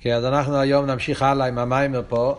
אז אנחנו היום נמשיך הלאה עם המיימר פה.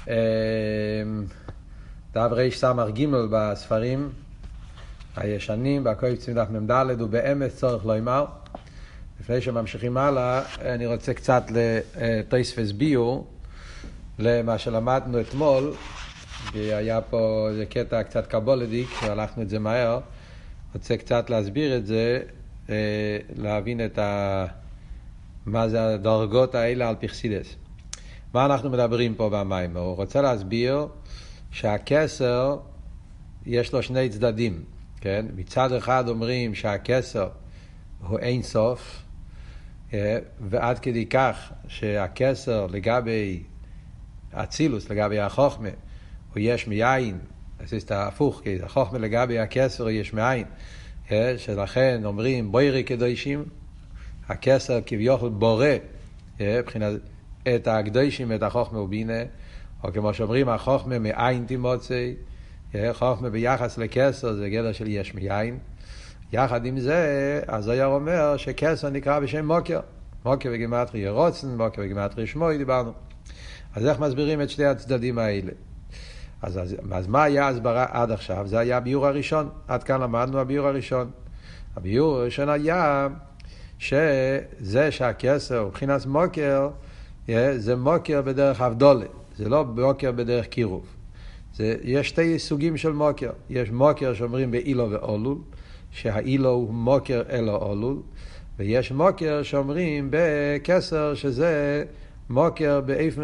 דף רס"ג בספרים הישנים, בקובצים דף מ"ד, ובאמץ צורך לומר. לפני שממשיכים הלאה, אני רוצה קצת לתוספות ביור למה שלמדנו אתמול. היה פה איזה קטע קצת קבולדיק, והלכנו את זה מהר. רוצה קצת להסביר את זה, להבין מה זה הדרגות האלה על פרסידס. מה אנחנו מדברים פה במיימר? הוא רוצה להסביר שהכסר יש לו שני צדדים, כן? מצד אחד אומרים שהכסר הוא אין סוף, ועד כדי כך שהכסר לגבי אצילוס, לגבי החוכמה, הוא יש מיין, זה הפוך, כי החוכמה לגבי הכסר הוא יש מיין, שלכן אומרים בוירי קדושים, הכסר כביכול בורא מבחינת את הקדושים, את החוכמה ובינה, או כמו שאומרים החוכמה מאין תימוצי, חוכמה ביחס לכסר זה גדר של יש מיין. יחד עם זה הזוהר אומר שכסר נקרא בשם מוקר, מוקר בגימטריה רוצן, מוקר בגימטריה שמוי, דיברנו. אז איך מסבירים את שני הצדדים האלה? אז מה היה הסברה עד עכשיו? זה היה הביור הראשון, עד כאן למדנו הביור הראשון. הביור הראשון היה שזה שהכסר מבחינת מוקר, זה מוקר בדרך הבדולה, זה לא מוקר בדרך קירוב. יש שתי סוגים של מוקר. יש מוקר שאומרים באילו ואולול, שהאילו הוא מוקר אלו אולול, ויש מוקר שאומרים בכסר שזה מוקר באופן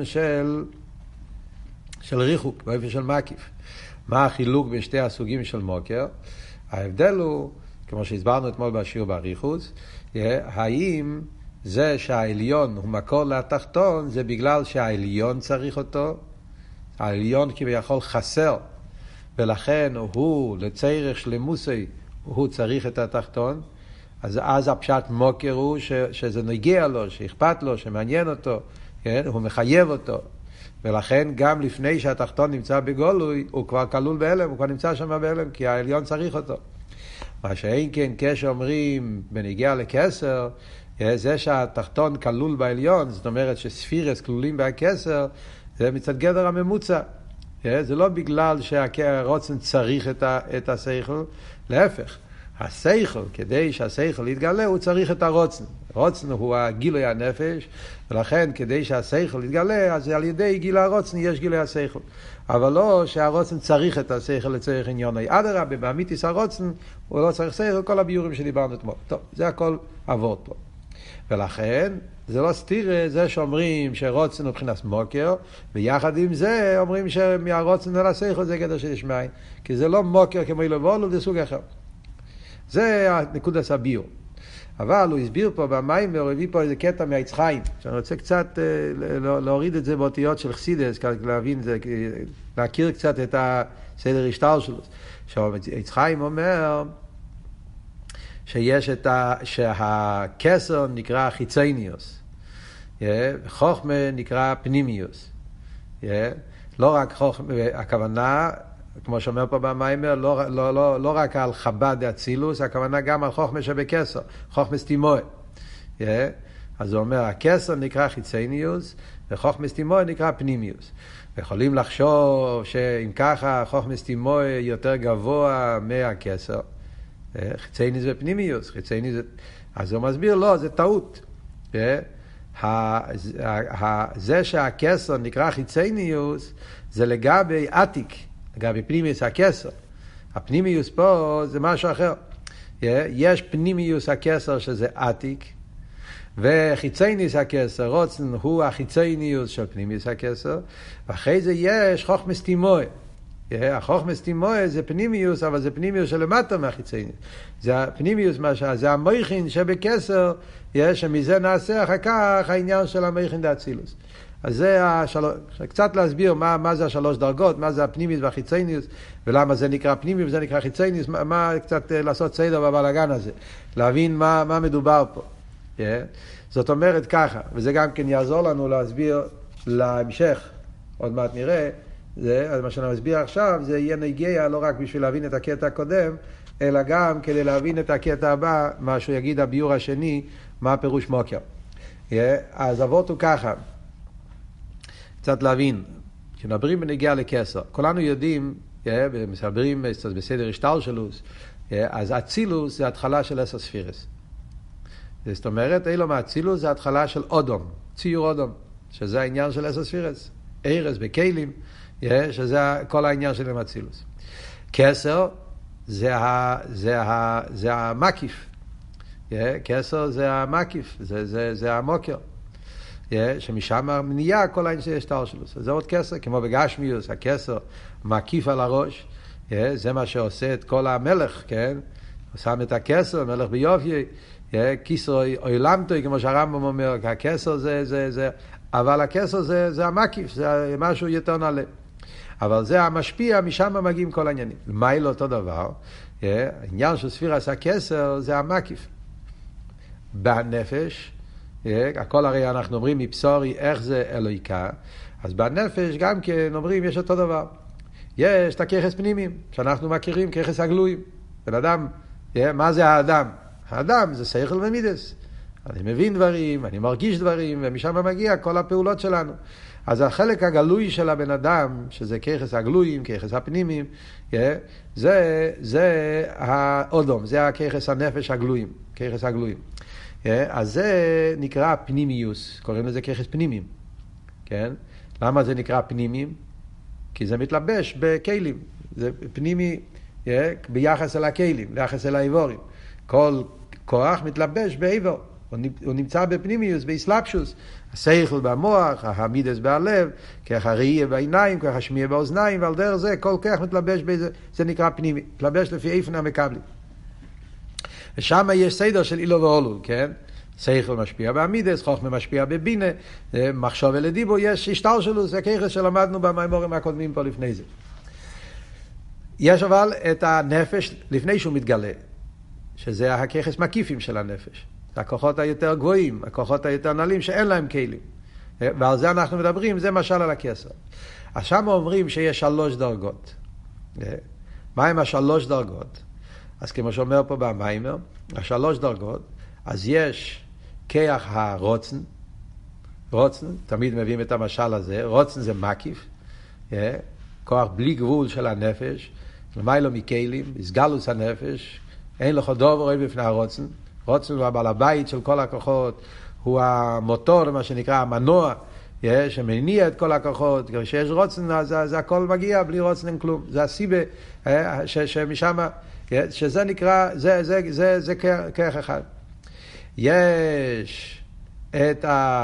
של ריחוק, באופן של מקיף. מה החילוק בין שתי הסוגים של מוקר? ההבדל הוא, כמו שהסברנו אתמול בשיעור באריכות, האם זה שהעליון הוא מקור לתחתון, זה בגלל שהעליון צריך אותו, העליון כביכול חסר, ולכן הוא לצריך שלמוסי, הוא צריך את התחתון, אז הפשט מוקר הוא שזה נגיע לו, שאכפת לו, שמעניין אותו, כן? הוא מחייב אותו, ולכן גם לפני שהתחתון נמצא בגולוי, הוא כבר כלול בהלם, הוא כבר נמצא שם בהלם, כי העליון צריך אותו. מה שאין כן כשאומרים בנגיע לכסר, זה שהתחתון כלול בעליון, זאת אומרת שספירס כלולים בכסר, זה מצד גדר הממוצע. זה לא בגלל שהרוצן צריך את השכל, להפך. השכל, כדי שהשכל יתגלה, הוא צריך את הרוצן. הרוצן הוא גילוי הנפש, ולכן כדי שהשכל יתגלה, אז על ידי גיל הרוצן יש גילוי השכל. אבל לא שהרוצן צריך את השכל לצורך עניוני. אדרבה, באמיתיס הרוצן, הוא לא צריך שכל, כל הביורים שדיברנו אתמול. טוב, זה הכל עבוד פה. ולכן, זה לא סתיר, זה שאומרים שרוצן הוא מבחינת מוקר, ויחד עם זה אומרים שמהרוצן על השכל זה גדר שיש מאין. כי זה לא מוקר כמו אילו ואולול, זה סוג אחר. זה הנקודת הביור. אבל הוא הסביר פה במיימר, הוא הביא פה איזה קטע מהעץ חיים, שאני רוצה קצת להוריד את זה באותיות של חסידס, להבין זה, להכיר קצת את הסדר השטר שלו. שהעץ חיים אומר שיש שהכסר נקרא חיצייניוס, חוכמה נקרא פנימיוס. לא רק חוכמה, הכוונה, כמו שאומר פה במיימר, לא רק על חב"ד אצילוס, הכוונה גם על חוכמה שבכסר, חוכמה סתימוי. אז הוא אומר, הכסר נקרא חיצייניוס, וחוכמה סתימוי נקרא פנימיוס. יכולים לחשוב שאם ככה, חוכמה סתימוי יותר גבוה מהכסר, חיצייניוס ופנימיוס, אז הוא מסביר, לא, זה טעות. זה שהכסר נקרא חיצייניוס, זה לגבי עתיק, לגבי פנימיוס הכסר. הפנימיוס פה זה משהו אחר. יש פנימיוס הכסר שזה עתיק, וחיצייניוס הכסר, רוצן הוא החיצייניוס של פנימיוס הכסר, ואחרי זה יש חוכמה סתימוי. החוכמה סתימוי זה פנימיוס, אבל זה פנימיוס שלמטה מהחיצייניוס. זה הפנימיוס, זה המויכין שבכסר, שמזה נעשה אחר כך העניין של המויכין דאצילוס. אז זה קצת להסביר מה זה השלוש דרגות, מה זה הפנימיוס והחיצייניוס, ולמה זה נקרא פנימיוס וזה נקרא חיצייניוס, מה קצת לעשות סדר בבלגן הזה, להבין מה מדובר פה. זאת אומרת ככה, וזה גם כן יעזור לנו להסביר להמשך, עוד מעט נראה, זה, מה שאני מסביר עכשיו, זה יהיה נגיע לא רק בשביל להבין את הקטע הקודם, אלא גם כדי להבין את הקטע הבא, מה שהוא יגיד הביור השני, מה הפירוש מוקר. אז אבות הוא ככה, קצת להבין, כשנדברים בנגיעה לכסר, כולנו יודעים, מסברים בסדר השתלשלוס, אז אצילוס זה התחלה של 10 ספירס. זאת אומרת, אילו מאצילוס זה התחלה של אודום, ציור אודום, שזה העניין של 10 ספירס. ארז בכלים, שזה כל העניין של אצילוס. כסר זה המקיף. כסר זה המקיף, זה המוקר. שמשם נהיה כל העניין שיש תרשלוס. זה עוד כסר, כמו בגשמיוס, הכסר מקיף על הראש. זה מה שעושה את כל המלך, כן? הוא שם את הכסר, מלך ביופי, כיסר אוילמתוי, כמו שהרמב"ם אומר, הכסר זה, אבל הכסר זה המקיף, זה משהו יותר נעלה. אבל זה המשפיע, משם מגיעים כל העניינים. מה לא אותו דבר? העניין של ספירס הכסר זה המקיף. בנפש, הכל הרי אנחנו אומרים מבשורי איך זה אלוהיקה, אז בנפש גם כן אומרים יש אותו דבר. יש את הכיחס פנימיים, שאנחנו מכירים כיחס הגלויים. בן אדם, מה זה האדם? האדם זה שכל ומידס. אני מבין דברים, אני מרגיש דברים, ומשם מגיע כל הפעולות שלנו. אז החלק הגלוי של הבן אדם, שזה כיחס הגלויים, כיחס הפנימיים, זה האודום, זה הכיחס הנפש הגלויים, כיחס הגלויים. אז זה נקרא פנימיוס, קוראים לזה כיחס פנימיים. כן? למה זה נקרא פנימיים? כי זה מתלבש בכלים. זה פנימי ביחס אל הכלים, ביחס אל האיבורים. כל כוח מתלבש באיבור. הוא נמצא בפנימיוס, באסלאפשוס. השכל במוח, המידס בלב, ככה ראייה בעיניים, ככה שמיעה באוזניים, ועל דרך זה כל כך מתלבש באיזה, זה נקרא פנימי. מתלבש לפי איפן המקבלים. ושם יש סדר של אילו ואולול, כן? שכל משפיע בעמידס, חוכמה משפיע בבינה, מחשוב ולדיבו, יש השטר שלו, זה ככה שלמדנו במיימורים הקודמים פה לפני זה. יש אבל את הנפש לפני שהוא מתגלה, שזה הכיחס מקיפים של הנפש. זה הכוחות היותר גבוהים, הכוחות היותר נעלים שאין להם כלים. ועל זה אנחנו מדברים, זה משל על הכסר. אז שם אומרים שיש 3 דרגות. מה הם 3 דרגות? אז כמו שאומר פה במיימר, 3 דרגות, אז יש כיח הרוצן, רוצן, תמיד מביאים את המשל הזה, רוצן זה מקיף, כוח בלי גבול של הנפש, למיילו מכלים, הסגלוס הנפש, אין לך דובר רואה בפני הרוצן, רוצן הוא הבעל הבית של כל הכוחות, הוא המוטור, מה שנקרא המנוע, שמניע את כל הכוחות, כשיש רוצן אז הכל מגיע, בלי רוצן אין כלום, זה הסיבה שמשם, שזה נקרא, זה כרך אחד. יש את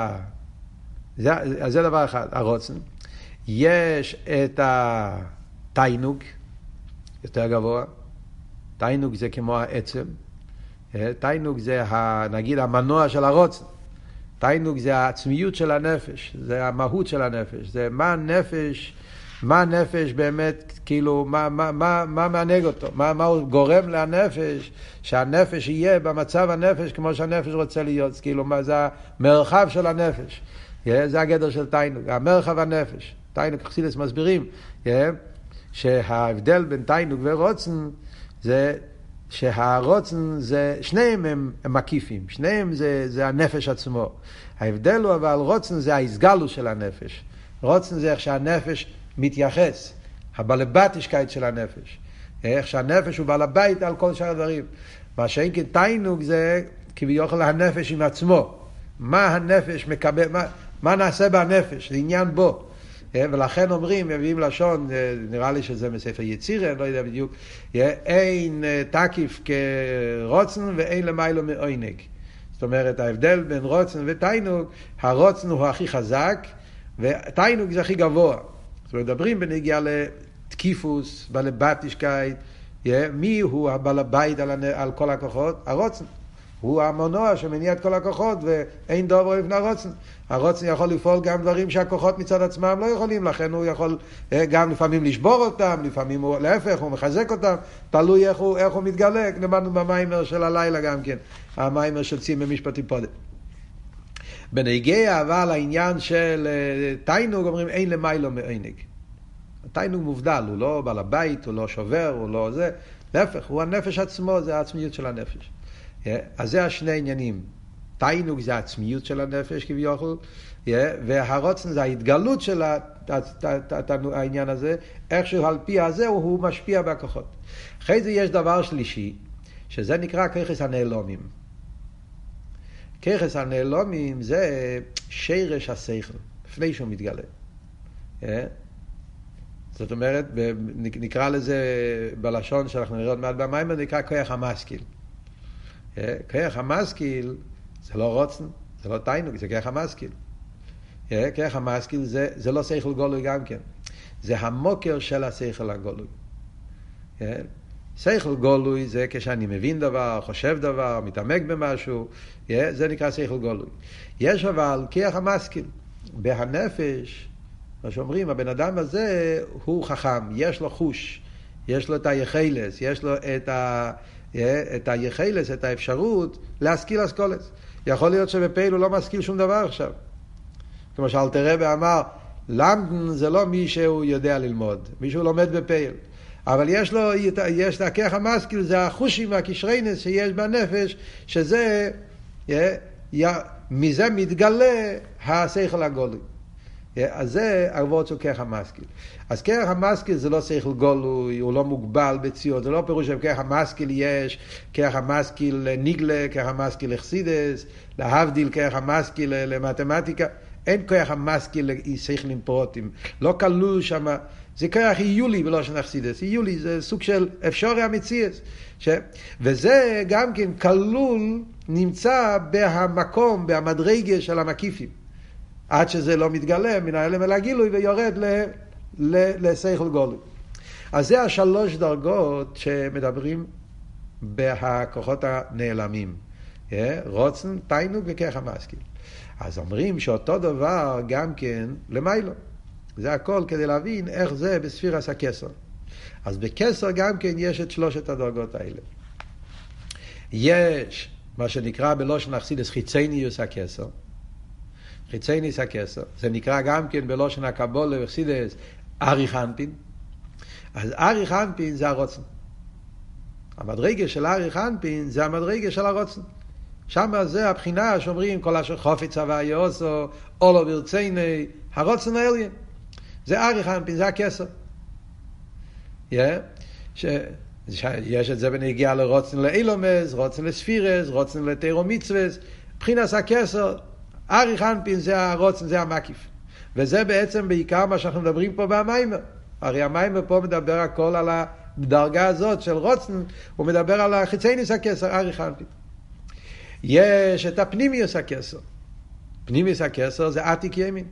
זה דבר אחד, הרוצן. יש את התיינוג, יותר גבוה. תיינוג זה כמו העצם. תיינוג זה, נגיד, המנוע של הרוצן. תיינוג זה העצמיות של הנפש, זה המהות של הנפש. זה מה הנפש באמת, כאילו, מה מענג אותו? מה הוא גורם לנפש, שהנפש יהיה במצב הנפש כמו שהנפש רוצה להיות, כאילו, זה המרחב של הנפש. זה הגדר של תיינוג, המרחב הנפש. תיינוג, חסידות מסבירים, שההבדל בין תיינוג ורוצן, זה שהרוצן זה, שניהם הם מקיפים, שניהם זה הנפש עצמו. ההבדל הוא אבל רוצן זה ההסגלוס של הנפש. רוצן זה איך שהנפש מתייחס, הבעלבתישקייט של הנפש. איך שהנפש הוא בעל הבית על כל שאר הדברים. מה שאין כתיינוג זה כביכול הנפש עם עצמו. מה הנפש מקבל, מה נעשה בנפש, זה עניין בו. ולכן אומרים, מביאים לשון, נראה לי שזה מספר יצירה, אני לא יודע בדיוק, אין תקיף כרוצן ואין למיילו מעונג. זאת אומרת, ההבדל בין רוצן ותיינוג, הרוצן הוא הכי חזק, ותיינוג זה הכי גבוה. זאת אומרת, מדברים בנגיעה לתקיפוס, בעלבתישקייט, מי הוא הבעל הבית על כל הכוחות? הרוצן. הוא המנוע שמניע את כל הכוחות, ואין דובר לפני הרוצן. הרוצן יכול לפעול גם דברים שהכוחות מצד עצמם לא יכולים, לכן הוא יכול גם לפעמים לשבור אותם, לפעמים הוא להפך, הוא מחזק אותם, תלוי איך הוא מתגלה. למדנו במיימר של הלילה גם כן, המיימר של צימא משפטי פודה. בנגיע אבל העניין של תיינוג אומרים אין למיילו מעונג. תיינוג מובדל, הוא לא בעל הבית, הוא לא שובר, הוא לא זה, להפך, הוא הנפש עצמו, זה העצמיות של הנפש. אז זה השני עניינים, תיינוג זה העצמיות של הנפש כביכול, והרוצן זה ההתגלות של העניין הזה, איכשהו על פי הזה הוא משפיע בכוחות. אחרי זה יש דבר שלישי, שזה נקרא כיחס הנעלומים. כיחס הנעלומים זה שרש השכל, לפני שהוא מתגלה. זאת אומרת, נקרא לזה בלשון שאנחנו נראה עוד מעט במיימר, נקרא כוח המשכיל. כוח המשכיל זה לא רוצן, זה לא תיינוג, זה כוח המשכיל. כוח המשכיל זה לא שכל גולוי גם כן. זה המוקר של השכל הגולוי. שכל גולוי זה כשאני מבין דבר, חושב דבר, מתעמק במשהו, זה נקרא שכל גולוי. יש אבל כוח המשכיל. בהנפש, מה שאומרים, הבן אדם הזה הוא חכם, יש לו חוש, יש לו את היחילס, יש לו את היחילס, את האפשרות להשכיל אסכולס. יכול להיות שבפעיל הוא לא משכיל שום דבר עכשיו. כמו שאלתר רבי אמר, למדן זה לא מי שהוא יודע ללמוד, מי שהוא לומד בפעיל. אבל יש את הכוח המשכיל, זה החושים, הקשרינס שיש בנפש, שזה, מזה מתגלה השכל הגולוי. אז זה ערבות של כוח המשכיל. אז כוח המשכיל זה לא שכל גולוי, הוא לא מוגבל בציור, זה לא פירוש שכוח המשכיל יש, כוח המשכיל ניגלה, כוח המשכיל לחסידס, להבדיל כוח המשכיל למתמטיקה, אין כוח המשכיל לשכלים פרוטים, לא כלול שם, זה כוח איולי ולא של לחסידס, איולי זה סוג של אפשרי המציאס, וזה גם כן כלול נמצא במקום, במדרגה של המקיפים. עד שזה לא מתגלה מן ההלם אל הגילוי ויורד לשכל גולוי. אז זה השלוש דרגות שמדברים בכוחות הנעלמים. רוצן, תיינוג וכוח המשכיל. אז אומרים שאותו דבר גם כן למיילו. זה הכל כדי להבין איך זה בספירס הכסר. אז בכסר גם כן יש את שלושת הדרגות האלה. יש מה שנקרא בלושן החסידס חיצייניוס הכסר. חיצייניס הכסר, זה נקרא גם כן בלושן הקבולה וחסידס אריך אנפין. אז אריך אנפין זה הרוצן. המדרגה של אריך אנפין זה המדרגה של הרוצן. שם זה הבחינה שאומרים כל אשר חופץ הווה יעשו, אולו ברציני, הרוצן העליון. זה אריך אנפין, זה הכסר. יש את זה בנגיעה לרוצן לאילומס, רוצן לספירס, רוצן לתירו מצווס, בחינס הכסר, אריך אנפין זה הרוצן, זה המקיף. וזה בעצם בעיקר מה שאנחנו מדברים פה במיימר. הרי המיימר פה מדבר הכל על הדרגה הזאת של רוצן, הוא מדבר על החיצייניס הכסר, אריך אנפין. יש את הפנימיוס הכסר. פנימיוס הכסר זה עתיק ימין.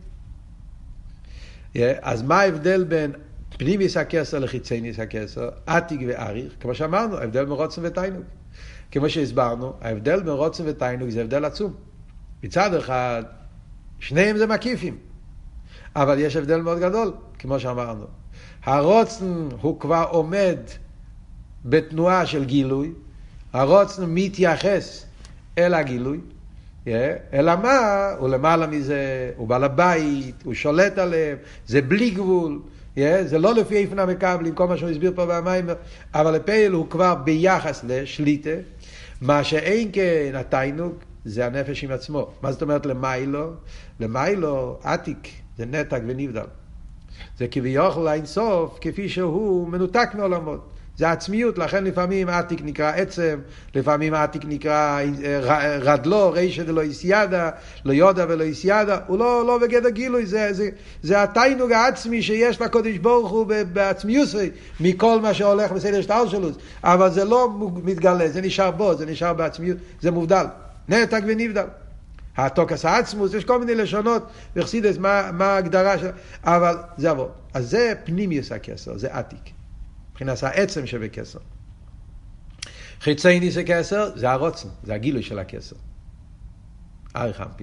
אז מה ההבדל בין פנימיוס הכסר לחיצייניס הכסר, עתיק ואריך? כמו שאמרנו, ההבדל בין רוצן ותיינוג. כמו שהסברנו, ההבדל בין רוצן ותיינוג זה הבדל עצום. מצד אחד, שניהם זה מקיפים. אבל יש הבדל מאוד גדול, כמו שאמרנו. הרוצן הוא כבר עומד בתנועה של גילוי, הרוצן מתייחס אל הגילוי, אלא מה? הוא למעלה מזה, הוא בעל הבית, הוא שולט עליהם, זה בלי גבול, זה לא לפי איפן המקבלים, כל מה שהוא הסביר פה במיימר, אבל הפעיל הוא כבר ביחס לשליטה, מה שאין כן התיינוג, זה הנפש עם עצמו. מה זאת אומרת למיילו? למיילו, עתיק, זה נתק ונבדל. זה כביכול לאינסוף, כפי שהוא מנותק מעולמות. זה עצמיות, לכן לפעמים עתיק נקרא עצם, לפעמים עתיק נקרא רדלו, רישא דלא איסיידה, לא יודע ולא איסיידה, הוא לא בגדר גילוי, זה התיינוג העצמי שיש לקודש ברוך הוא בעצמיות, מכל מה שהולך בסדר שטר שלו, אבל זה לא מתגלה, זה נשאר בו, זה נשאר בעצמיות, זה מובדל. נתק ונבדל. התוקס העצמוס, יש כל מיני לשונות, וחסידס, מה ההגדרה של... אבל זה עבור. אז זה פנימיוס הכסר, זה עתיק. מבחינת העצם שבכסר. חיצייניס הכסר, זה הרוצן, זה הגילוי של הכסר. אריך אנפין.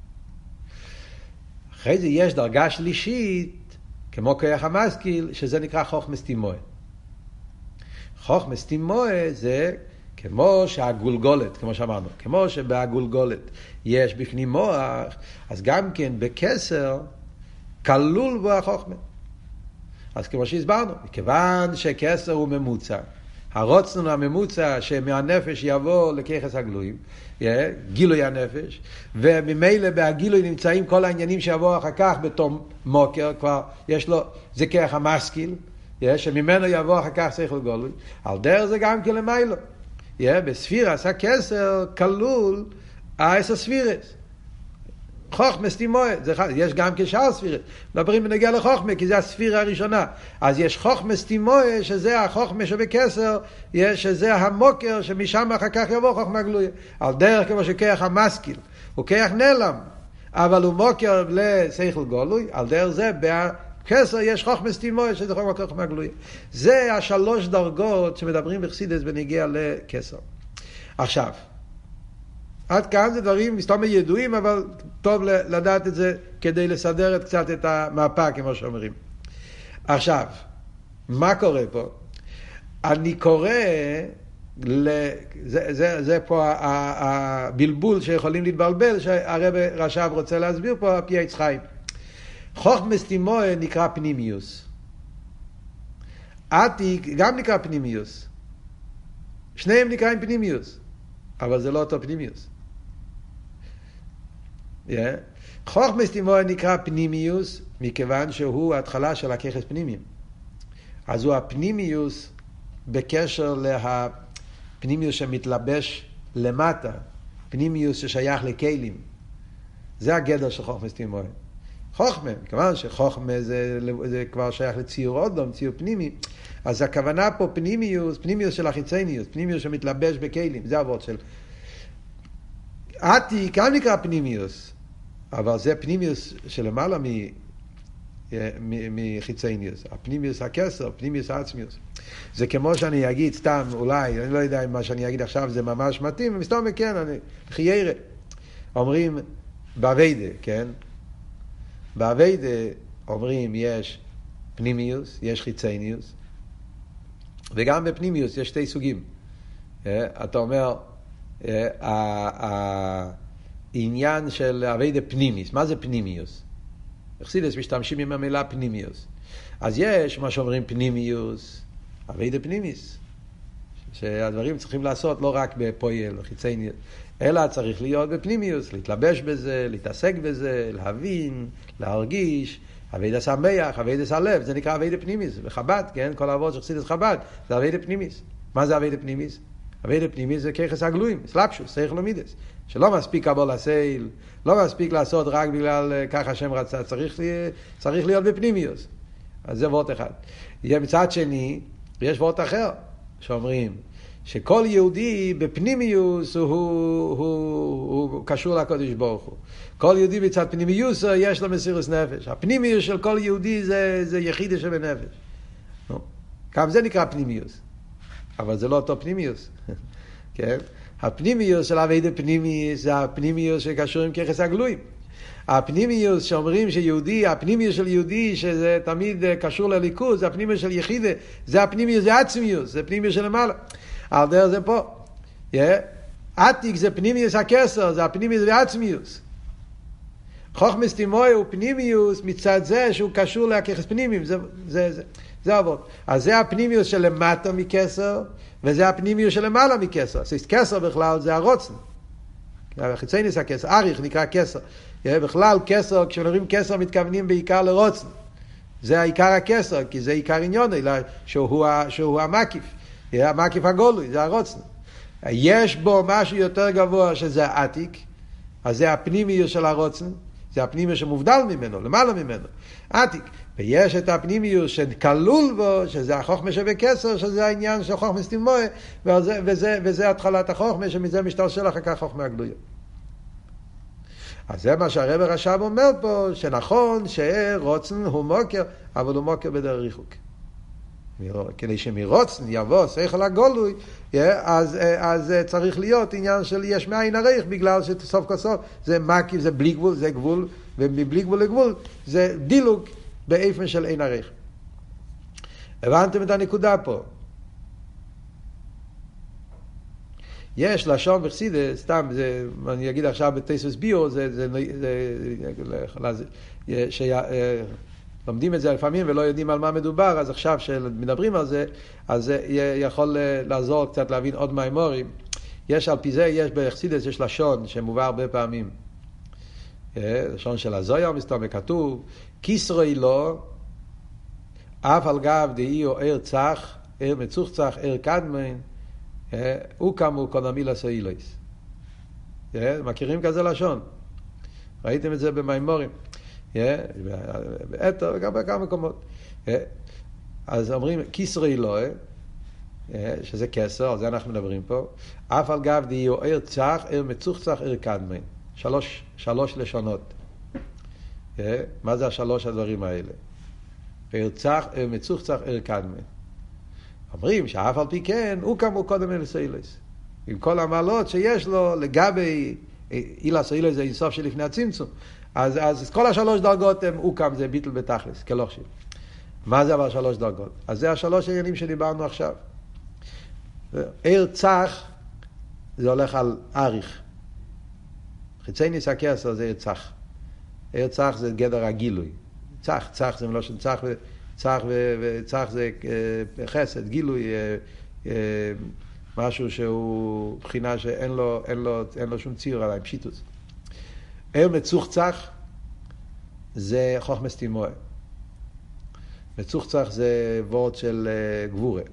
אחרי זה יש דרגה שלישית, כמו כוח המשכיל, שזה נקרא חוכמס תימוה. חוכמס תימוה זה... כמו שהגולגולת, כמו שאמרנו, כמו שבגולגולת יש בפנים מוח, אז גם כן בכסר כלול בו החוכמה. אז כמו שהסברנו, מכיוון שכסר הוא ממוצע, הרוצן הממוצע שמהנפש יבוא לכיחס הגלויים, גילוי הנפש, וממילא בהגילוי נמצאים כל העניינים שיבואו אחר כך בתום מוקר, כבר יש לו, זה כיח המשכיל, שממנו יבוא אחר כך שכל גולוי, על דרך זה גם כלמיילו. בספירס הכסר כלול העשר ספירס. חוכמס תימואה, יש גם כשאר ספירס, מדברים בנגיע לחוכמה, כי זה הספירה הראשונה. אז יש חוכמס תימואה, שזה החוכמה שבכסר, שזה המוקר, שמשם אחר כך יבוא חוכמה גלויה. על דרך כמו שכיח המשכיל, הוא כיח נעלם, אבל הוא מוקר לשכל גולוי, על דרך זה בכסר יש חוכמס תימואה, שזה חוכמה גלויה. זה השלוש דרגות שמדברים בחסידות בנגיע לכסר. עכשיו, עד כאן זה דברים מסתום ידועים, אבל טוב לדעת את זה כדי לסדר קצת את המפה, כמו שאומרים. עכשיו, מה קורה פה? אני קורא, זה פה הבלבול שיכולים להתבלבל, שהרב רש"ב רוצה להסביר פה, הפי עץ חיים. חוכמס תימואה נקרא פנימיוס. עתיק גם נקרא פנימיוס. שניהם נקראים פנימיוס, אבל זה לא אותו פנימיוס. חוכמס תימואה נקרא פנימיוס מכיוון שהוא ההתחלה של הכיחס פנימיים. אז הוא הפנימיוס בקשר לפנימיוס שמתלבש למטה, פנימיוס ששייך לכלים. זה הגדר של חוכמס תימואה. חוכמה, כמובן שחוכמה זה כבר שייך לציור אודום, ציור פנימי. אז הכוונה פה פנימיוס, פנימיוס של החיצוניוס, פנימיוס שמתלבש בכלים, זה עבוד של עתיק, גם נקרא פנימיוס, אבל זה פנימיוס שלמעלה מחיצוניוס, הפנימיוס הכסר, פנימיוס העצמיוס. זה כמו שאני אגיד סתם, אולי, אני לא יודע אם מה שאני אגיד עכשיו זה ממש מתאים, ומסתום כן, אני חיירה. אומרים בעבודה, כן? בעבודה אומרים יש פנימיוס, יש חיצוניוס, וגם בפנימיוס יש שתי סוגים. אתה אומר, העניין של עבודה פנימיס, מה זה פנימיוס? בחסידות משתמשים עם המילה פנימיוס. אז יש מה שאומרים פנימיוס, עבודה פנימיס, שהדברים צריכים לעשות לא רק בפועל או חיצוניוס, אלא צריך להיות בפנימיוס, להתלבש בזה, להתעסק בזה, להבין, להרגיש, עבודה שמח, עבודה הלב, זה נקרא עבודה פנימיס. בחב"ד, כן, כל העבוד של חסידות חב"ד, זה עבודה פנימיס. מה זה עבודה פנימיס? עבודה פנימיס זה כיחס הגלויים, סלאפשוס, שכל ומידס. שלא מספיק קבול הסייל, לא מספיק לעשות רק בגלל ככה השם רצה, צריך להיות בפנימיוס. אז זה וורט אחד. מצד שני, יש וורט אחר, שאומרים שכל יהודי בפנימיוס הוא קשור לקדוש ברוך הוא. כל יהודי בצד פנימיוס יש לו מסירות נפש. הפנימיוס של כל יהודי זה יחידה שבנפש. גם זה נקרא פנימיוס. אבל זה לא אותו פנימיוס. כן? הפנימיוס של עבודה פנימיוס זה הפנימיוס שקשור עם כיחס הגלויים. הפנימיוס שאומרים שיהודי, הפנימיוס של יהודי שזה תמיד קשור לליכוז, זה הפנימיוס של יחידה, זה הפנימיוס, זה עצמיוס, זה פנימיוס של למעלה. על דרך זה פה. עתיק זה פנימיוס הכסר, זה הפנימיוס והעצמיוס. חוכמס תימואה הוא פנימיוס מצד זה שהוא קשור לכיחס פנימיים, זה עבוד. אז זה הפנימיוס של למטה מכסר, וזה הפנימיוס של למעלה מכסר. כסר בכלל זה הרוצן. חיצוניוס הכסר, אריך נקרא כסר. בכלל כסר, כשאומרים כסר מתכוונים בעיקר לרוצן. זה העיקר הכסר, כי זה עיקר עניון, שהוא המקיף. המקיף הגולוי, זה הרוצן. יש בו משהו יותר גבוה שזה העתיק, אז זה הפנימיוס של הרוצן, זה הפנימיוס שמובדל ממנו, למעלה ממנו, עתיק. ויש את הפנימיוס שכלול בו, שזה החוכמה שבכסר, שזה העניין של חוכמה תימואה, וזה התחלת החוכמה, שמזה משתלשל אחר כך חוכמה הגלויה. אז זה מה שהרב רש"ב אומר פה, שנכון שרוצן הוא מוקר, אבל הוא מוקר בדרך ריחוק. כדי שמרוצן יבוא שכל הגולוי, אז צריך להיות עניין של יש מאין הרייך, בגלל שסוף כל סוף זה מקיף, זה בלי גבול, זה גבול, ומבלי גבול לגבול זה דילוג באיפן של אין הרייך. הבנתם את הנקודה פה? יש לשון בחסידות, סתם, אני אגיד עכשיו בתוספות ביור, לומדים את זה לפעמים ולא יודעים על מה מדובר, אז עכשיו שמדברים על זה, אז זה יכול לעזור קצת להבין עוד מימורים. יש על פי זה, יש בחסידות, יש לשון שמובא הרבה פעמים. לשון של הזויר מסתובב כתוב, כיסרוי לו, אף על גב דאי או ער צח, ער מצוחצח, ער קדמן, הוא כמו קונמילה סוילויס. מכירים כזה לשון? ראיתם את זה במימורים. באתר וגם בכמה מקומות. אז אומרים כיסרי אלוהי, שזה כסר, על זה אנחנו מדברים פה, אף על גב דאי או ער צח, ער מצוחצח, ער קדמן. שלוש לשונות. מה זה השלוש הדברים האלה? ער צח, ער מצוחצח, ער קדמן. אומרים שאף על פי כן, הוא כמו קודם אל סוילויס. עם כל המעלות שיש לו לגבי אילה סוילויס זה אינסוף שלפני הצמצום. אז כל השלוש דרגות הם אוקם, זה ביטל בתכלס, כלוכשיב. מה זה אבל שלוש דרגות? אז זה השלוש עניינים שדיברנו עכשיו. ער צח, זה הולך על אריך. חיצי ניס הכסר זה ער צח. ער צח זה גדר הגילוי. צח זה מלושן צח, וצח זה חסד, גילוי, משהו שהוא בחינה שאין לו שום ציר עליי, פשיטוס. ער מצוחצח זה חוכמס תימוה. מצוחצח זה וורד של גבורה.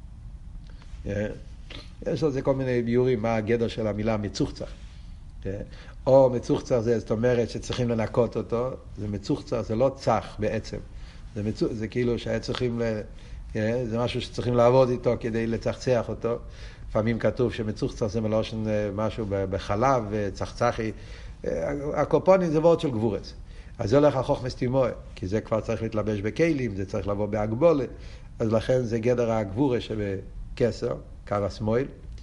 יש על זה כל מיני ביורים, מה הגדר של המילה מצוחצח. או מצוחצח זה, זאת אומרת שצריכים לנקות אותו, זה מצוחצח, זה לא צח בעצם. זה כאילו שהיה צריכים, זה משהו שצריכים לעבוד איתו כדי לצחצח אותו. לפעמים כתוב שמצוחצח זה מלושן משהו בחלב, צחצחי. הקופונים זה וורד של גבורס. אז זה הולך על חוכמס תימוה, כי זה כבר צריך להתלבש בכלים, זה צריך לבוא בהגבולה. אז לכן זה גדר הגבורה שבקסר, קו השמאל.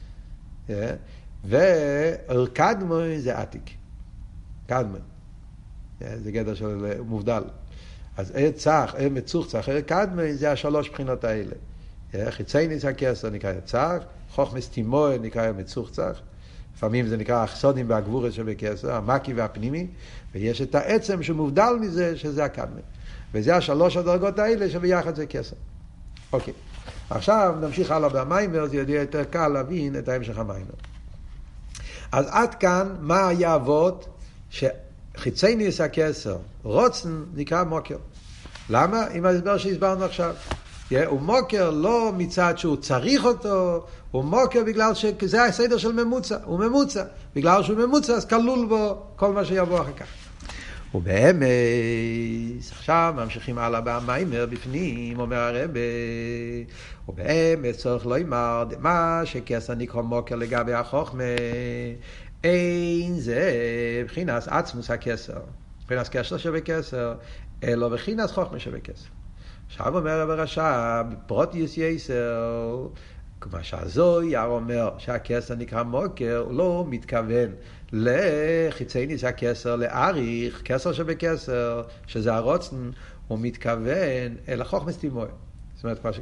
וקדמוי זה עתיק. קדמוי. זה גדר של מובדל. אז ער צח, ער מצוחצח, ער קדמוי זה השלוש בחינות האלה. חיצי ניס הכסר נקרא ער צח, חוכמס תימוה נקרא ער מצוחצח. לפעמים זה נקרא החסודים והגבורת שבכסר, המקי והפנימי, ויש את העצם שמובדל מזה שזה הקדמי. וזה השלוש הדרגות האלה שביחד זה כסר. אוקיי. עכשיו נמשיך הלאה במיימר, זה יהיה יותר קל להבין את ההמשך המיימר. אז עד כאן מה היה אבות שחיצי ניס הכסר, רוצן נקרא מוקר. למה? עם ההסבר שהסברנו עכשיו. הוא מוקר לא מצד שהוא צריך אותו, הוא מוקר בגלל שזה הסדר של ממוצע, הוא ממוצע. בגלל שהוא ממוצע אז כלול בו כל מה שיבוא אחר כך. ובאמת, עכשיו ממשיכים הלאה במיימר בפנים, אומר הרב, ובאמת צורך לא אמר, מה שכסר נקרא מוקר לגבי החוכמה, אין זה בחינס עצמוס הכסר, בחינס קשר שבכסר, אלא בחינס חוכמה שבכסר. עכשיו אומר רב הרש"ב, פרוטיוס יסר, כמו שהזויר אומר שהכסר נקרא מוקר, הוא לא מתכוון לחיצי ניס הכסר, לאריך, כסר שבכסר, שזה הרוצן, הוא מתכוון אל החוכמס תימוה. זאת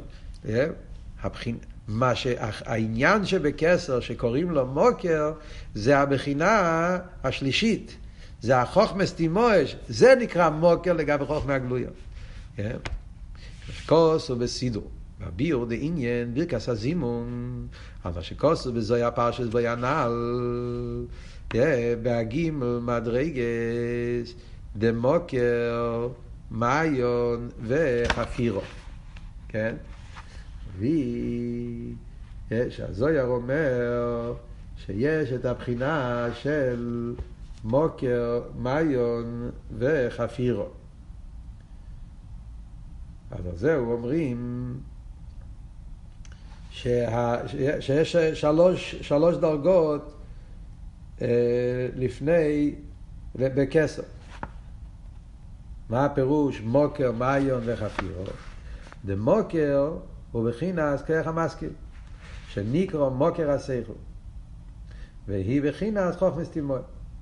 אומרת, העניין שבכסר שקוראים לו מוקר, זה הבחינה השלישית, זה החוכמס תימוה, זה נקרא מוקר לגבי חוכמה הגלויה. כוסו בסידור, בביור דה עניין ברכס הזימון, על מה שכוסו בזויה פרשס בוינל, בהגימל מדרגס, דמוקר, מאיון וחפירו. כן? שהזויר אומר שיש את הבחינה של מוקר, מאיון וחפירו. אז זהו, אומרים שיש שלוש דרגות לפני בקסר. מה הפירוש מוקר, מאיון וחפירו? דמוקר הוא בחינס כרך המשכיל, שנקרא מוקר השכל, והיא בחינס חוכמס תימוה.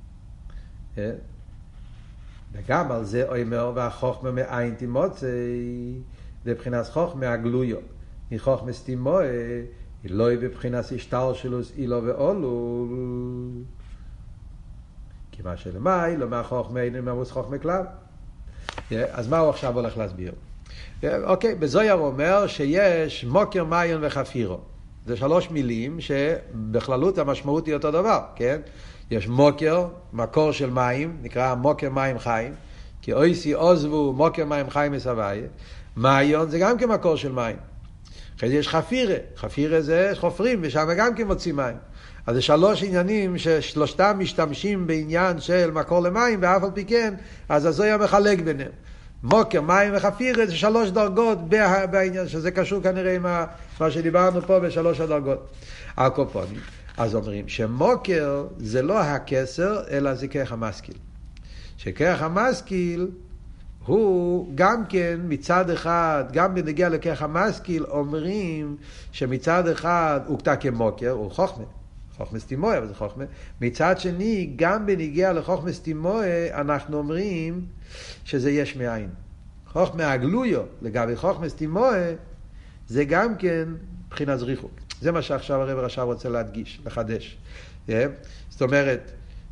וגם על זה אומר והחוכמה מאין תימוצי, לבחינס חוכמה הגלויו, מחוכמס תימוה, היא לא היא בבחינס השתלשלוס אילו ואולו, כי מה שלמי לא מהחוכמה אין ממוס חוכמה כלל. אז מה הוא עכשיו הולך להסביר? אוקיי, בזויר הוא אומר שיש מוקר, מעיין וחפירו. זה 3 מילים שבכללות המשמעות היא אותו דבר, כן? יש מוקר, מקור של מים, נקרא מוקר מים חיים, כי אויסי עוזבו מוקר מים חיים מסבייה. מעיין זה גם כמקור של מים. אחרי זה יש חפירה, חפירה זה חופרים, ושם גם כן מוצאים מים. אז זה 3 עניינים ששלושתם משתמשים בעניין של מקור למים, ואף על פי כן, אז הזויה מחלק ביניהם. מוקר, מים וחפירה זה 3 דרגות בעניין, שזה קשור כנראה עם מה שדיברנו פה ב3 הדרגות. הקופונים. אז אומרים שמוקר זה לא הכסר, אלא זה כרך המשכיל. שכרך המשכיל הוא גם כן מצד אחד, גם בנגיע לכרך המשכיל, אומרים שמצד אחד הוא כתה כמוקר, הוא חוכמה. חוכמה סתימוי, אבל זה חוכמה. מצד שני, גם בנגיע לחוכמה סתימוי, אנחנו אומרים שזה יש מאין. חוכמה הגלויו, לגבי חוכמה סתימוי, זה גם כן בחינת זריחוק. זה מה שעכשיו הרב רש"ב רוצה להדגיש, לחדש. זאת אומרת,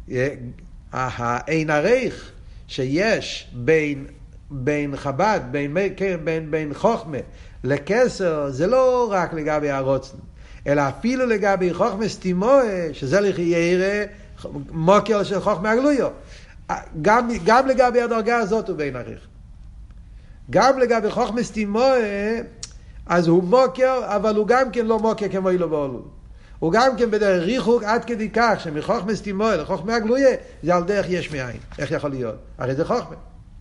האין ערך שיש בין חב"ד, בין חוכמה לכסר, זה לא רק לגבי הרוצן, אלא אפילו לגבי חוכמה סתימוי, שזה לחיירה מוקר של חוכמה הגלויו. גם לגבי הדרגה הזאת הוא בין ערך. גם לגבי חוכמה סתימוי, אז הוא מוקר, אבל הוא גם כן לא מוקר כמו אילו ואולו. הוא גם כן בדרך ריחוק עד כדי כך שמחוכמה סתימוי לחוכמה הגלויה, זה על דרך יש מאין. איך יכול להיות? הרי זה חוכמה.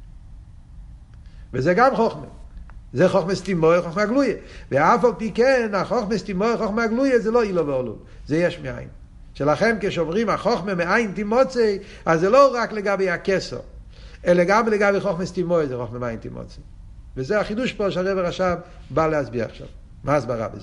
וזה גם חוכמה. זה חוכמה סתימוי לחוכמה הגלויה. ואף על פי כן, החוכמה סתימוי לחוכמה הגלויה זה לא אילו ואולו. זה יש מאין. שלכם כשאומרים החוכמה מאין תימוצי, אז זה לא רק לגבי הכסר, אלא גם לגבי חוכמה סתימוי זה חוכמה מאין תימוצי. וזה החידוש פה שהרב רש"ב בא להסביר עכשיו. מה הסברה בזה?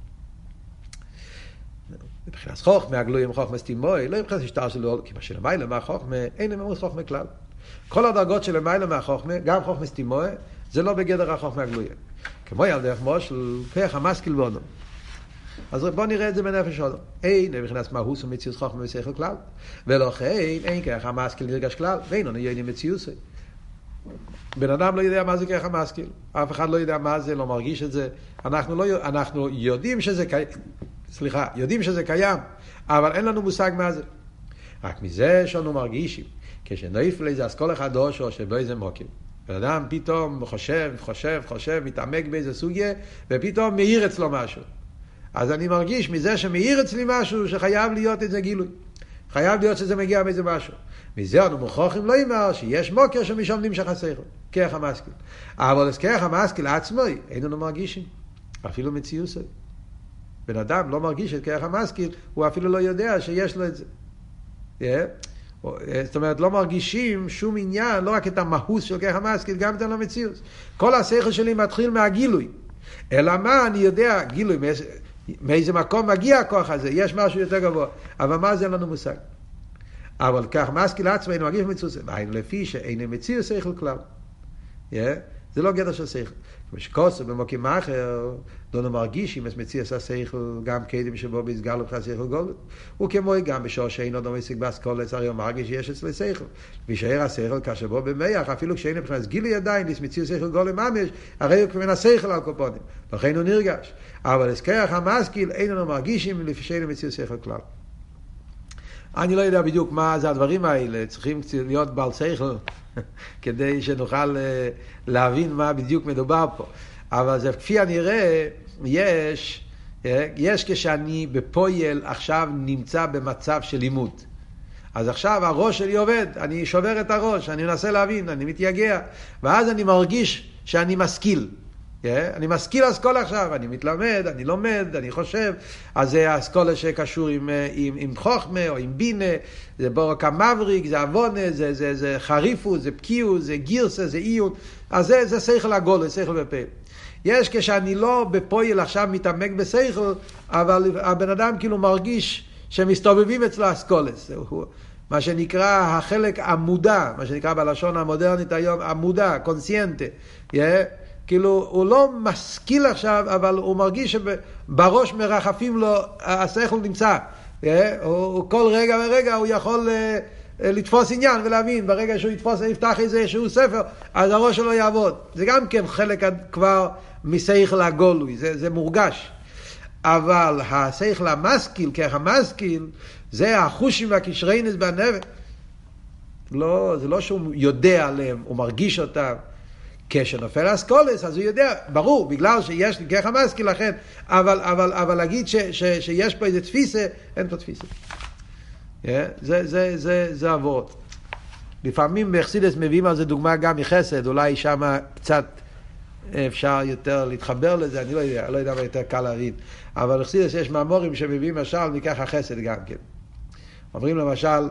מבחינת חוכמה, הגלויים חוכמה סתימוי, לא מבחינת השטר שלו, כי מה שלמעלה מהחוכמה, אין אמוס חוכמה כלל. כל הדרגות שלמעלה מהחוכמה, גם חוכמה סתימוי, זה לא בגדר החוכמה הגלויה. כמו על דרך מושל, כרך המשכיל ואונו. אז בואו נראה את זה בנפש שלו. אין מבחינת מהוס ומציאות חוכמה ושכל כלל. ולכן אין כרך המשכיל נרגש כלל, ואין לנו יודעים מציאות. בן אדם לא יודע מה זה כרך המשכיל. אף אחד לא יודע מה זה, לא מרגיש את זה. אנחנו יודעים שזה יודעים שזה קיים, אבל אין לנו מושג מה זה. רק מזה שאנו מרגישים, כשנעיף לזה אסכולה חדוש או שבו איזה מוקר. בן אדם פתאום חושב, מתעמק באיזה סוגיה, ופתאום מאיר אצלו משהו. אז אני מרגיש מזה שמאיר אצלי משהו שחייב להיות איזה גילוי. חייב להיות שזה מגיע באיזה משהו. מזה אנו מוכרחים לא אמר שיש מוקר שמשם נמשך השכל, כרך המשכיל. אבל אז כרך המשכיל עצמו, אין לנו מרגישים. אפילו מציאות. בן אדם לא מרגיש את כרך המשכיל, הוא אפילו לא יודע שיש לו את זה. זאת אומרת, לא מרגישים שום עניין, לא רק את המהות של כרך המשכיל, גם את המציאות. כל השכל שלי מתחיל מהגילוי. אלא מה, אני יודע, גילוי, מאיזה מקום מגיע הכוח הזה, יש משהו יותר גבוה. אבל מה זה אין לנו מושג. אבל כרך המשכיל עצמו אינו מרגיש מציאות. היינו לפי שאין מציאות שכל כלל. זה לא גדר של שכל. כמו שקוסו במוקים אחר, לא מרגיש אם מציע השכל גם קדם שבו בהסגר לבך שכל גולת. וכמו גם בשור שאין עוד עסק באסכולת, הרי הוא מרגיש שיש אצלי שכל. וישאר השכל כאשר בו במח, אפילו כשאין מבחינת גילוי עדיין, מציע שכל גולת ממש, הרי הוא כמן השכל על קופונים. לכן הוא נרגש. אבל כרך המשכיל אין לנו מרגישים לפי שאין מציע שכל כלל. אני לא יודע בדיוק מה זה הדברים האלה, צריכים להיות בעל שכל כדי שנוכל להבין מה בדיוק מדובר פה. אבל זה כפי הנראה, יש כשאני בפועל עכשיו נמצא במצב של לימוד. אז עכשיו הראש שלי עובד, אני שובר את הראש, אני מנסה להבין, אני מתייגע, ואז אני מרגיש שאני משכיל. אני משכיל אסכולה עכשיו, אני מתלמד, אני לומד, אני חושב, אז זה אסכולה שקשור עם חוכמה או עם בינה, זה בורק המבריק, זה אבונה, זה חריפות, זה פקיעות, זה גירסה, זה איון, אז זה שכל הגולה, שכל בפה. יש כשאני לא בפועל עכשיו מתעמק בשכל, אבל הבן אדם כאילו מרגיש שמסתובבים אצלו אסכולס, מה שנקרא החלק המודע, מה שנקרא בלשון המודרנית היום, המודע, קונסיינטה, כאילו הוא לא משכיל עכשיו, אבל הוא מרגיש שבראש מרחפים לו, השכל נמצא. הוא כל רגע ורגע הוא יכול לתפוס עניין ולהבין, ברגע שהוא יפתח איזשהו ספר, אז הראש שלו יעבוד. זה גם כן חלק כבר משכל הגולוי, זה מורגש. אבל השכל המשכיל, כך המשכיל, זה החושים והקשריינס בנפש. לא, זה לא שהוא יודע עליהם, הוא מרגיש אותם. כשנופל אסכולס, אז הוא יודע, ברור, בגלל שיש לי כך המשכיל לכן, אבל להגיד שיש פה איזה תפיסה, אין פה תפיסה. זה עבוד. לפעמים בחסידות מביאים על זה דוגמה גם מחסד, אולי שם קצת אפשר יותר להתחבר לזה, אני לא יודע מה יותר קל להבין. אבל בחסידות יש מאמרים שמביאים משל מכך החסד גם כן. אומרים למשל,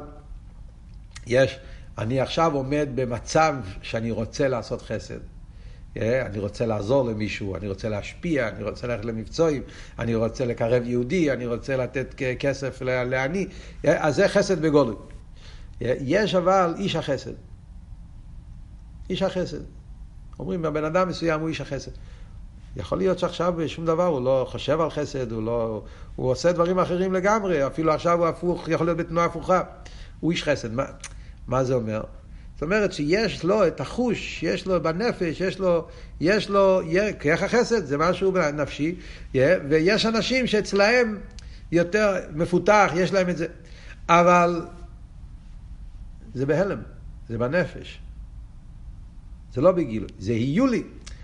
אני עכשיו עומד במצב שאני רוצה לעשות חסד. אני רוצה לעזור למישהו, אני רוצה להשפיע, אני רוצה ללכת למבצעים, אני רוצה לקרב יהודי, אני רוצה לתת כסף לעני. אז זה חסד בגולוי. יש אבל איש החסד. איש החסד. אומרים, הבן אדם מסוים הוא איש החסד. יכול להיות שעכשיו בשום דבר הוא לא חושב על חסד, הוא עושה דברים אחרים לגמרי, אפילו עכשיו הוא הפוך, יכול להיות בתנועה הפוכה. הוא איש חסד. מה זה אומר? זאת אומרת שיש לו את החוש, יש לו בנפש, יש לו כרך החסד, זה משהו נפשי, ויש אנשים שאצלהם יותר מפותח, יש להם את זה. אבל זה בהלם, זה בנפש. זה לא בגילוי, זה היולי.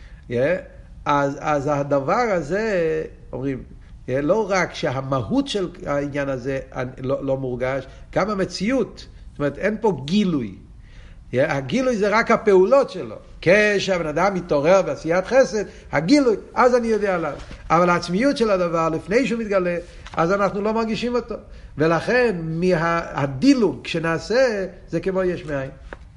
אז הדבר הזה, אומרים, לא רק שהמהות של העניין הזה לא מורגש, גם המציאות. זאת אומרת, אין פה גילוי. הגילוי זה רק הפעולות שלו. כשהבן אדם מתעורר בעשיית חסד, הגילוי, אז אני יודע עליו. אבל העצמיות של הדבר, לפני שהוא מתגלה, אז אנחנו לא מרגישים אותו. ולכן, הדילוג שנעשה, זה כמו יש מאין.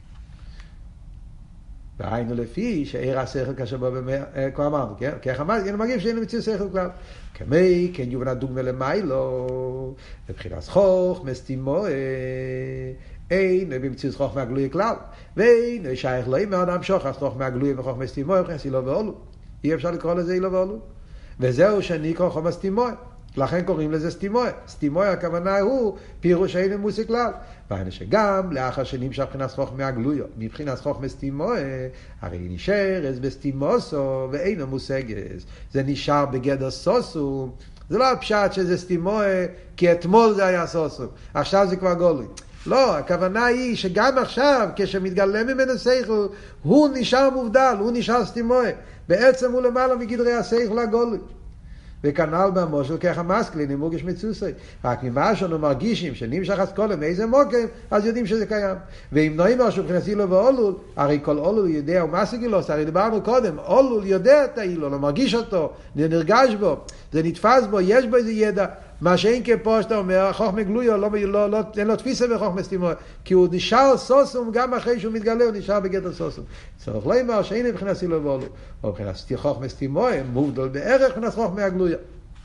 והיינו לפי שעיר השכל כאשר בו כבר אמרנו, כך אמרתי, אני מגיב שאין מציאות שכל כלל. כמי, כן יובן הדוגמה למיילו, מבחינת חוך, מסתימו, אין במציאות חוך מהגלוי כלל, ואין שייך לא עם האדם שוחס חוך מהגלוי וחוך מסתימו, מבחינת אילו ואולו. אי אפשר לקרוא לזה אילו ואולו. וזהו שנקרא חוך מסתימו. לכן קוראים לזה סתימוי. סתימוי הכוונה הוא פירוש אין מוסי כלל. והנה שגם לאחר שנמשך מבחינת חוך מהגלויו, מבחינת חוך מסתימוי, הרי נשאר אז בסתימוסו ואינו מושגס. זה נשאר בגדר סוסו. זה לא הפשט שזה סתימוי, כי אתמול זה היה סוסו. עכשיו זה כבר גולוי. לא, הכוונה היא שגם עכשיו, כשמתגלה ממנו שכל, הוא נשאר מובדל, הוא נשאר סתימוי. בעצם הוא למעלה מגדרי השכל הגולוי. וכנ"ל במושל כך המשכיל, אני מורגש מצוסי. רק ממה שאנו מרגישים שנמשך אסכולה מאיזה מוקם, אז יודעים שזה קיים. ואם נועים משהו מבחינת אילו ואולול, הרי כל אולול יודע ומה סגילוס, הרי דיברנו קודם, אולול יודע את האילו, לא מרגיש אותו, נרגש בו, זה נתפס בו, יש בו איזה ידע. מה שאין כפה שאתה אומר, חוכמה גלויה, אין לו תפיסה בחוכמה סתימוי, כי הוא נשאר סוסום, גם אחרי שהוא מתגלה, הוא נשאר בגדר סוסום. צריך לא אמר שאין מבחינת אילו ואולול, או מבחינת חוכמה סתימוי, מובדל בערך מבחינת חוכמה הגלויה.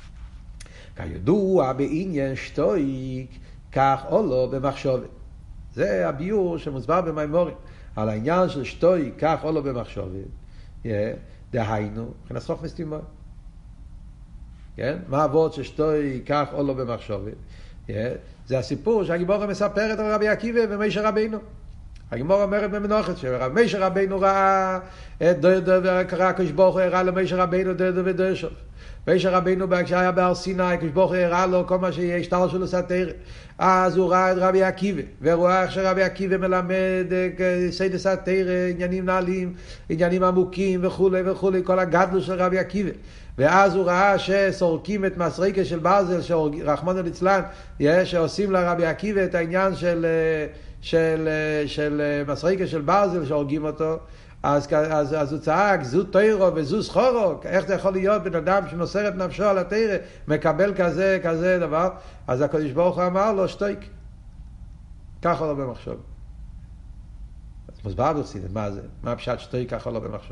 כידוע בעניין שטויק, כך או לא במחשבת. זה הביור שמוסבר במימורים, על העניין של שטויק, כך או לא במחשבת. דהיינו, מבחינת חוכמה סתימוי. כן? מה עבוד ששתוי כך או לא במחשבת? זה הסיפור שהגימורה מספרת על רבי עקיבא ומשה רבינו. הגימורה אומרת במנוחת שמשה רבינו ראה את דודו וקרא כשברוך הוא הראה למשה רבינו דודו ודושו. משה רבינו כשהיה בהר סיני, כשברוך הוא הראה לו כל מה שיש שטר שלו סתר. אז הוא ראה את רבי עקיבא, והוא ראה איך שרבי עקיבא מלמד סיידס סתר, עניינים נעלים, עניינים עמוקים וכו' וכו', כל הגדלו של רבי עקיבא. ואז הוא ראה שסורקים את מסריקה של ברזל, רחמנא ליצלן, שעושים לרבי עקיבא את העניין של מסריקה של ברזל, שהורגים אותו. אז הוא צעק, זו תוירו וזו סחורו, איך זה יכול להיות בן אדם שנוסר את נפשו על התוירה, מקבל כזה דבר. אז הקדוש ברוך הוא אמר לו, שטויק. ככה לא במחשב. אז מוסבר ברצינות, מה זה? מה הפשט שטויק ככה לא במחשב?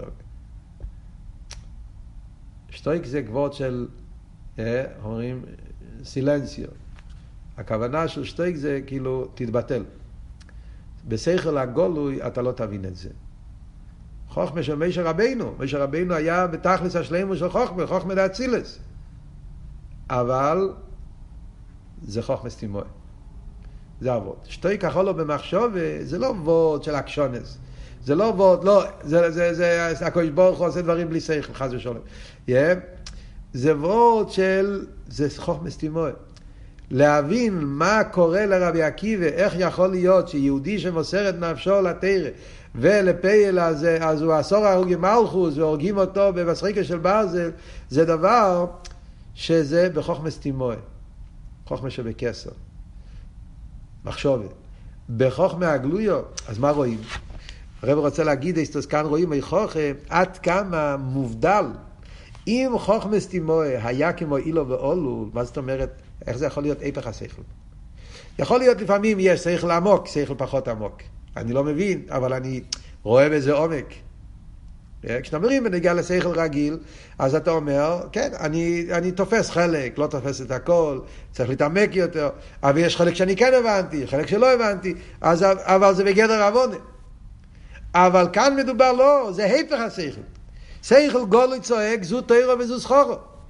שטויק זה גבוהות של, אומרים, סילנסיו. הכוונה של שטויק זה כאילו תתבטל. בשכל הגולוי אתה לא תבין את זה. חוכמה של משה רבינו. משה רבינו היה בתכלס השלמה של חוכמה, חוכמה דאצילס. אבל זה חוכמה סתימוי. זה הווד. שטוי כחולו במחשוב, זה לא ווד של אקשונס. זה לא ווד, לא, זה הקדוש ברוך הוא עושה דברים בלי שכל, חס ושלום. זה ווד של, זה חוכמת תימוי. להבין מה קורה לרבי עקיבא, איך יכול להיות שיהודי שמוסר את נפשו לתורה, ולפייל אז הוא עשור הרוגים מלכוס, והורגים אותו בבשריקה של ברזל, זה דבר שזה בחוכמת תימוי. חוכמה שבקסר. מחשובת. בחוכמה הגלויו, אז מה רואים? הרב רוצה להגיד, כאן רואים עד כמה מובדל. אם חוכמה תימוי היה כמו אילו ואולו, מה זאת אומרת? איך זה יכול להיות הפך השכל? יכול להיות לפעמים יש שכל עמוק, שכל פחות עמוק. אני לא מבין, אבל אני רואה בזה עומק. כשאתה מרים בנגיע לשכל רגיל, אז אתה אומר, כן, אני תופס חלק, לא תופס את הכל, צריך להתעמק יותר, אבל יש חלק שאני כן הבנתי, חלק שלא הבנתי, אבל זה בגדר עוונה. אבל כאן מדובר לא, זה הפך השכל. שכל גולוי צועק, זו תורה וזו סחורו.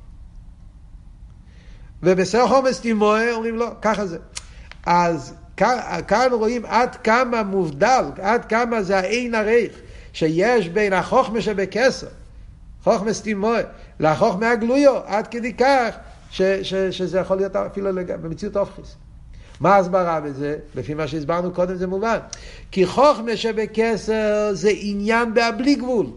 ובחוכמת תימוי אומרים לא, ככה זה. אז כאן רואים עד כמה מובדל, עד כמה זה האין הרייך, שיש בין החוכמה שבקסר, חוכמת תימוי, לחוכמה הגלויו, עד כדי כך שזה יכול להיות אפילו במציאות אופכיס. מה ההסברה בזה? לפי מה שהסברנו קודם זה מובן. כי חוכמה שבקסר זה עניין בלי גבול.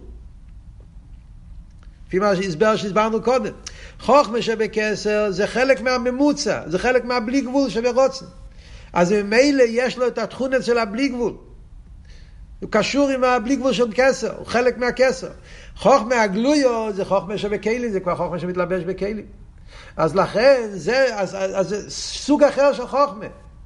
לפי מה שהסברנו קודם. חוכמה שבקסר זה חלק מהממוצע, זה חלק מהבלי גבול שברוצן. אז ממילא יש לו את התכונת של הבלי גבול. הוא קשור עם הבלי גבול של קסר, הוא חלק מהקסר. חוכמה הגלויו זה חוכמה שבכלים, זה כבר חוכמה שמתלבש בכלים. אז לכן זה סוג אחר של חוכמה.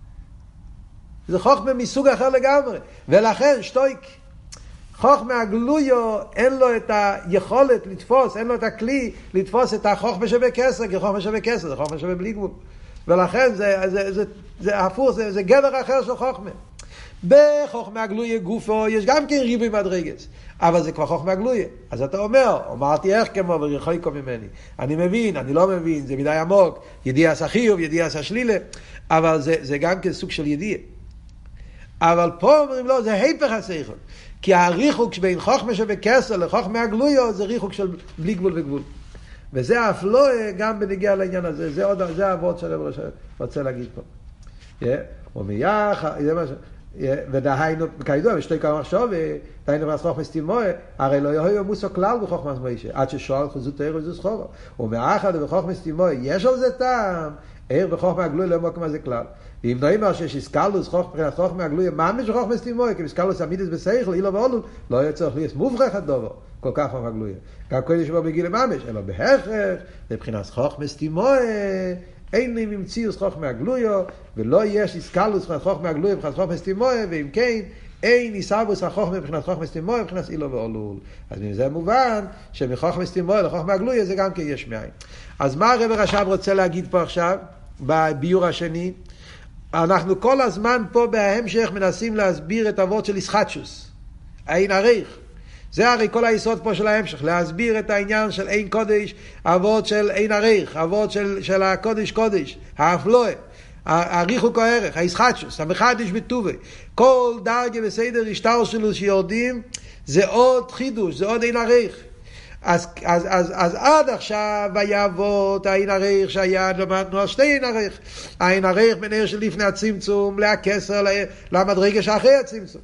זה חוכמה מסוג אחר לגמרי. ולכן שטויק, חוכמה הגלויו אין לו את היכולת לתפוס, אין לו את הכלי לתפוס את החוכמה שבקסר, כי חוכמה שבקסר זה חוכמה שבבלי גבול. ולכן זה הפוך, זה גדר אחר של חוכמה. בחוכמה הגלויה גופו יש גם כן ריבוי מדרגס, אבל זה כבר חוכמה הגלויה. אז אתה אומר, אמרתי איך כמו ורחוקו ממני, אני מבין, אני לא מבין, זה מדי עמוק, ידיעה סחיוב, ידיעה סשלילה, אבל זה גם כן סוג של ידיעה. אבל פה אומרים לא, זה היפך השכל, כי הריחוק בין חוכמה שבקסר לחוכמה הגלויה זה ריחוק של בלי גבול וגבול. וזה אף לא גם בנגיע לעניין הזה, זה העבוד של הרב רוצה להגיד פה. ומייח, ודהיינו, כידוע, ושתי כמה מחשוב, דהיינו חוכמת תימוי, הרי לא יהיו מוסו כלל בחוכמת מוישה, עד ששואל חזות תאיר וזו סחורו. ומאחד בחוכמת תימוי, יש על זה טעם, עיר בחוכמה הגלוי לא מוקם הזה כלל. ואם נאמר שיש איסקלוס חוכמה הגלוי, מה מש בחוכמת תימוי? כי איסקלוס עמידס בשכל, אילו ואולו, לא יהיה צריך להיות מובחך הדובר, כל כך חוכמה הגלוי. גם קודם שבו בגיל ממש, אלא בהכרח, לבחינת חוכמת תימוי, אין לי ממציאוס חוכמה הגלויו, ולא יש איסקלוס חוכמה הגלויו מבחינת חוכמת תימוי, ואם כן, אין איסאבוס החוכמה מבחינת חוכמת תימוי, מבחינת אילו ואולול. אז מזה מובן, שמחוכמת תימוי לחוכמה הגלויו, זה גם כן יש מאין. אז מה הרב רש"ב רוצה להגיד פה עכשיו, בביור השני? אנחנו כל הזמן פה בהמשך מנסים להסביר את אבות של ישחטשוס, האין עריך. זה הרי כל היסוד פה של ההמשך, להסביר את העניין של אין קודש, אבות של אין עריך, אבות של הקודש קודש, האפלואה, הריחוק הערך, הישחטשוס, המחדש בטובי. כל דרגה בסדר השטר שלו שיורדים, זה עוד חידוש, זה עוד אין עריך. אז עד עכשיו היה אבות האין עריך שהיה, למדנו על שתי אין עריך. האין עריך בנר של לפני הצמצום, להכסר, למדרגה שאחרי הצמצום.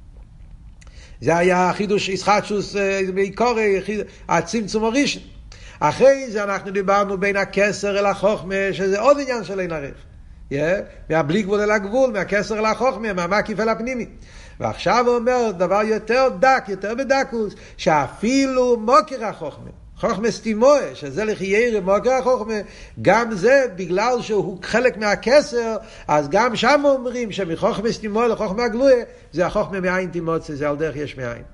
זה היה חידוש ישחטשוס בעיקר הצמצום הראשון. אחרי זה אנחנו דיברנו בין הכסר אל החוכמה, שזה עוד עניין של אין עריך. מהבלי גבול אל הגבול, מהכסר אל החוכמה, מהמקיף אל הפנימי. ועכשיו הוא אומר דבר יותר דק, יותר בדקוס, שאפילו מוקר החוכמה, חוכמה סתימוי, שזה לחייר מוקר החוכמה, גם זה בגלל שהוא חלק מהכסר, אז גם שם אומרים שמחוכמה סתימוי לחוכמה הגלויה, זה החוכמה מעין תימוצה, זה על דרך יש מעין.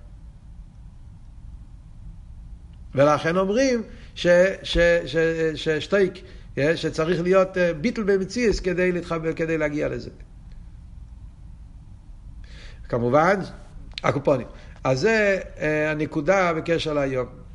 ולכן אומרים ששטייק, שצריך להיות ביטל במציאס כדי להגיע לזה. כמובן, הקופונים. אז זה הנקודה בקשר להיום.